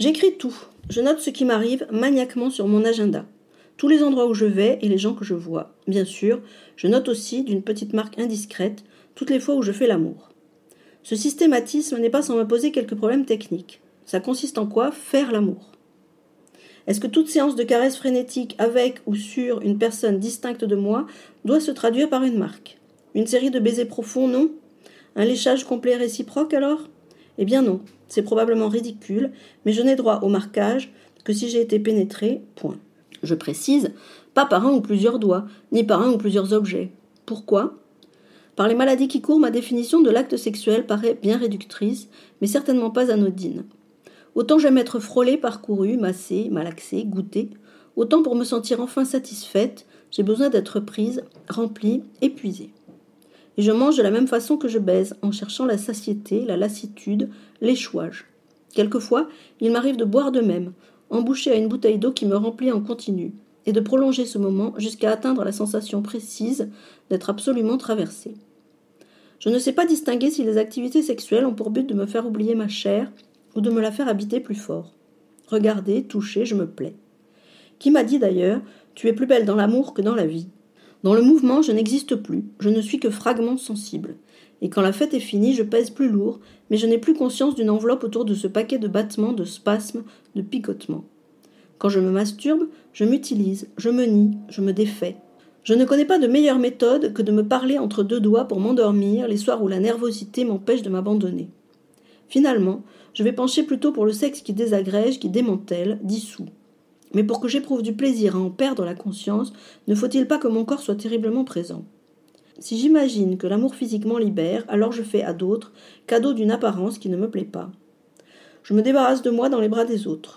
J'écris tout. Je note ce qui m'arrive maniaquement sur mon agenda. Tous les endroits où je vais et les gens que je vois. Bien sûr, je note aussi, d'une petite marque indiscrète, toutes les fois où je fais l'amour. Ce systématisme n'est pas sans me poser quelques problèmes techniques. Ça consiste en quoi? Faire l'amour. Est-ce que toute séance de caresses frénétiques avec ou sur une personne distincte de moi doit se traduire par une marque? Une série de baisers profonds, non? Un léchage complet réciproque alors? Eh bien non, c'est probablement ridicule, mais je n'ai droit au marquage que si j'ai été pénétré, point. Je précise, pas par un ou plusieurs doigts, ni par un ou plusieurs objets. Pourquoi? Par les maladies qui courent, ma définition de l'acte sexuel paraît bien réductrice, mais certainement pas anodine. Autant j'aime être frôlée, parcourue, massée, malaxée, goûtée, autant pour me sentir enfin satisfaite, j'ai besoin d'être prise, remplie, épuisée. Et je mange de la même façon que je baise, en cherchant la satiété, la lassitude, l'échouage. Quelquefois, il m'arrive de boire de même, emboucher à une bouteille d'eau qui me remplit en continu, et de prolonger ce moment jusqu'à atteindre la sensation précise d'être absolument traversée. Je ne sais pas distinguer si les activités sexuelles ont pour but de me faire oublier ma chair ou de me la faire habiter plus fort. Regarder, toucher, je me plais. Qui m'a dit d'ailleurs « Tu es plus belle dans l'amour que dans la vie ». Dans le mouvement, je n'existe plus, je ne suis que fragment sensible. Et quand la fête est finie, je pèse plus lourd, mais je n'ai plus conscience d'une enveloppe autour de ce paquet de battements, de spasmes, de picotements. Quand je me masturbe, je m'utilise, je me nie, je me défais. Je ne connais pas de meilleure méthode que de me parler entre deux doigts pour m'endormir les soirs où la nervosité m'empêche de m'abandonner. Finalement, je vais pencher plutôt pour le sexe qui désagrège, qui démantèle, dissout. Mais pour que j'éprouve du plaisir à en perdre la conscience, ne faut-il pas que mon corps soit terriblement présent? Si j'imagine que l'amour physiquement libère, alors je fais à d'autres cadeau d'une apparence qui ne me plaît pas. Je me débarrasse de moi dans les bras des autres.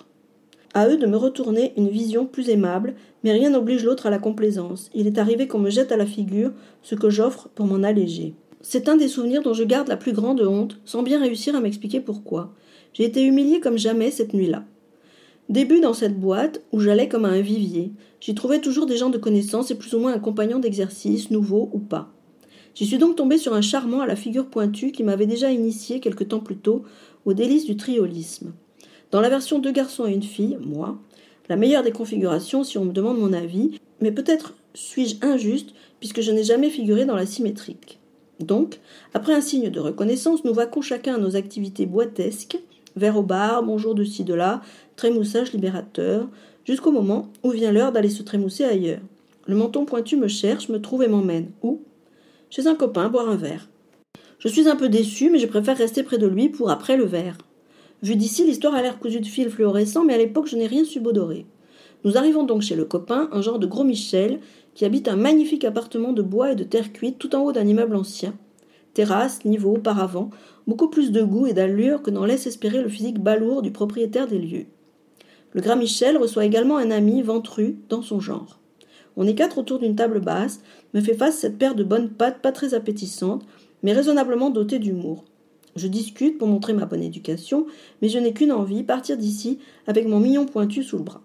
À eux de me retourner une vision plus aimable, mais rien n'oblige l'autre à la complaisance. Il est arrivé qu'on me jette à la figure ce que j'offre pour m'en alléger. C'est un des souvenirs dont je garde la plus grande honte, sans bien réussir à m'expliquer pourquoi. J'ai été humiliée comme jamais cette nuit-là. Début dans cette boîte, où j'allais comme à un vivier. J'y trouvais toujours des gens de connaissance et plus ou moins un compagnon d'exercice, nouveau ou pas. J'y suis donc tombée sur un charmant à la figure pointue qui m'avait déjà initié quelque temps plus tôt aux délices du triolisme. Dans la version 2 garçons et une fille, moi, la meilleure des configurations si on me demande mon avis, mais peut-être suis-je injuste puisque je n'ai jamais figuré dans la symétrique. Donc, après un signe de reconnaissance, nous vaquons chacun à nos activités boitesques, verre au bar, bonjour de ci de là, trémoussage libérateur, jusqu'au moment où vient l'heure d'aller se trémousser ailleurs. Le menton pointu me cherche, me trouve et m'emmène. Où? Chez un copain, boire un verre. Je suis un peu déçue, mais je préfère rester près de lui pour après le verre. Vu d'ici, l'histoire a l'air cousue de fil fluorescent, mais à l'époque, je n'ai rien subodoré. Nous arrivons donc chez le copain, un genre de gros Michel, qui habite un magnifique appartement de bois et de terre cuite tout en haut d'un immeuble ancien. Terrasse, niveau, paravent, beaucoup plus de goût et d'allure que n'en laisse espérer le physique balourd du propriétaire des lieux. Le gras Michel reçoit également un ami ventru dans son genre. On est 4 autour d'une table basse, me fait face cette paire de bonnes pattes pas très appétissantes, mais raisonnablement dotées d'humour. Je discute pour montrer ma bonne éducation, mais je n'ai qu'une envie, partir d'ici avec mon mignon pointu sous le bras.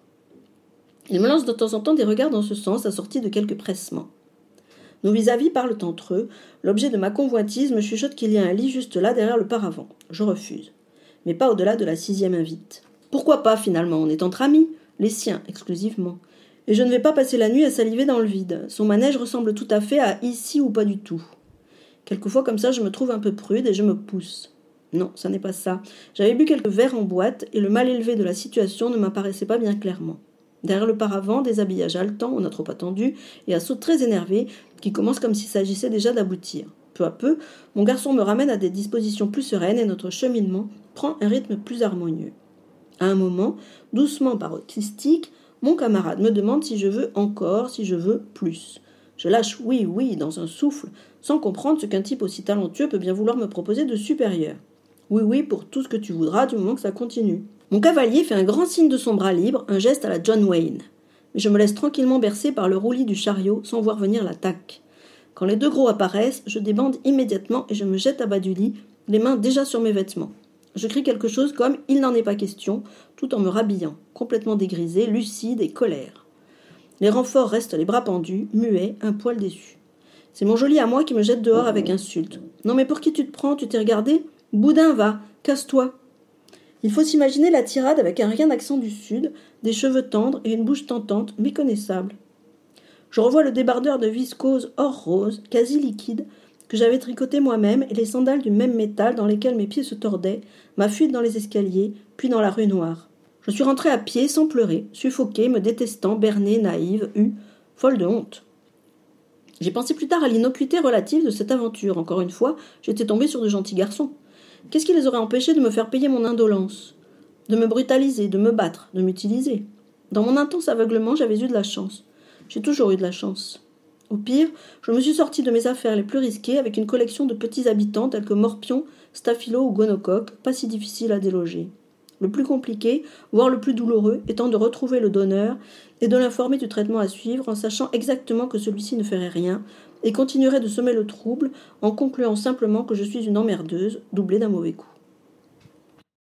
Il me lance de temps en temps des regards dans ce sens, assortis de quelques pressements. Nos vis-à-vis parlent entre eux. L'objet de ma convoitise me chuchote qu'il y a un lit juste là derrière le paravent. Je refuse. Mais pas au-delà de la 6e invite. Pourquoi pas finalement? On est entre amis, les siens exclusivement. Et je ne vais pas passer la nuit à saliver dans le vide. Son manège ressemble tout à fait à ici ou pas du tout. Quelquefois comme ça je me trouve un peu prude et je me pousse. Non, ça n'est pas ça. J'avais bu quelques verres en boîte et le mal élevé de la situation ne m'apparaissait pas bien clairement. Derrière le paravent, des habillages haletants, on n'a trop attendu, et un saut très énervé qui commence comme s'il s'agissait déjà d'aboutir. Peu à peu, mon garçon me ramène à des dispositions plus sereines et notre cheminement prend un rythme plus harmonieux. À un moment, doucement paroxystique, mon camarade me demande si je veux encore, si je veux plus. Je lâche oui, oui dans un souffle, sans comprendre ce qu'un type aussi talentueux peut bien vouloir me proposer de supérieur. Oui, oui pour tout ce que tu voudras du moment que ça continue. Mon cavalier fait un grand signe de son bras libre, un geste à la John Wayne. Mais je me laisse tranquillement bercer par le roulis du chariot sans voir venir l'attaque. Quand les deux gros apparaissent, je débande immédiatement et je me jette à bas du lit, les mains déjà sur mes vêtements. Je crie quelque chose comme « il n'en est pas question », tout en me rhabillant, complètement dégrisé, lucide et colère. Les renforts restent les bras pendus, muets, un poil déçus. C'est mon joli à moi qui me jette dehors avec insulte. « Non mais pour qui tu te prends? Tu t'es regardé? Boudin, va, casse-toi » Il faut s'imaginer la tirade avec un rien accent du sud, des cheveux tendres et une bouche tentante, méconnaissable. Je revois le débardeur de viscose or rose, quasi liquide, que j'avais tricoté moi-même et les sandales du même métal dans lesquelles mes pieds se tordaient, ma fuite dans les escaliers, puis dans la rue noire. Je suis rentrée à pied, sans pleurer, suffoquée, me détestant, bernée, naïve, folle de honte. J'ai pensé plus tard à l'innocuité relative de cette aventure. Encore une fois, j'étais tombée sur de gentils garçons. Qu'est-ce qui les aurait empêchés de me faire payer mon indolence, de me brutaliser, de me battre, de m'utiliser? Dans mon intense aveuglement, j'avais eu de la chance. J'ai toujours eu de la chance. Au pire, je me suis sortie de mes affaires les plus risquées avec une collection de petits habitants tels que morpions, staphylos ou gonocoques, pas si difficiles à déloger. Le plus compliqué, voire le plus douloureux, étant de retrouver le donneur et de l'informer du traitement à suivre en sachant exactement que celui-ci ne ferait rien et continuerait de semer le trouble en concluant simplement que je suis une emmerdeuse, doublée d'un mauvais coup.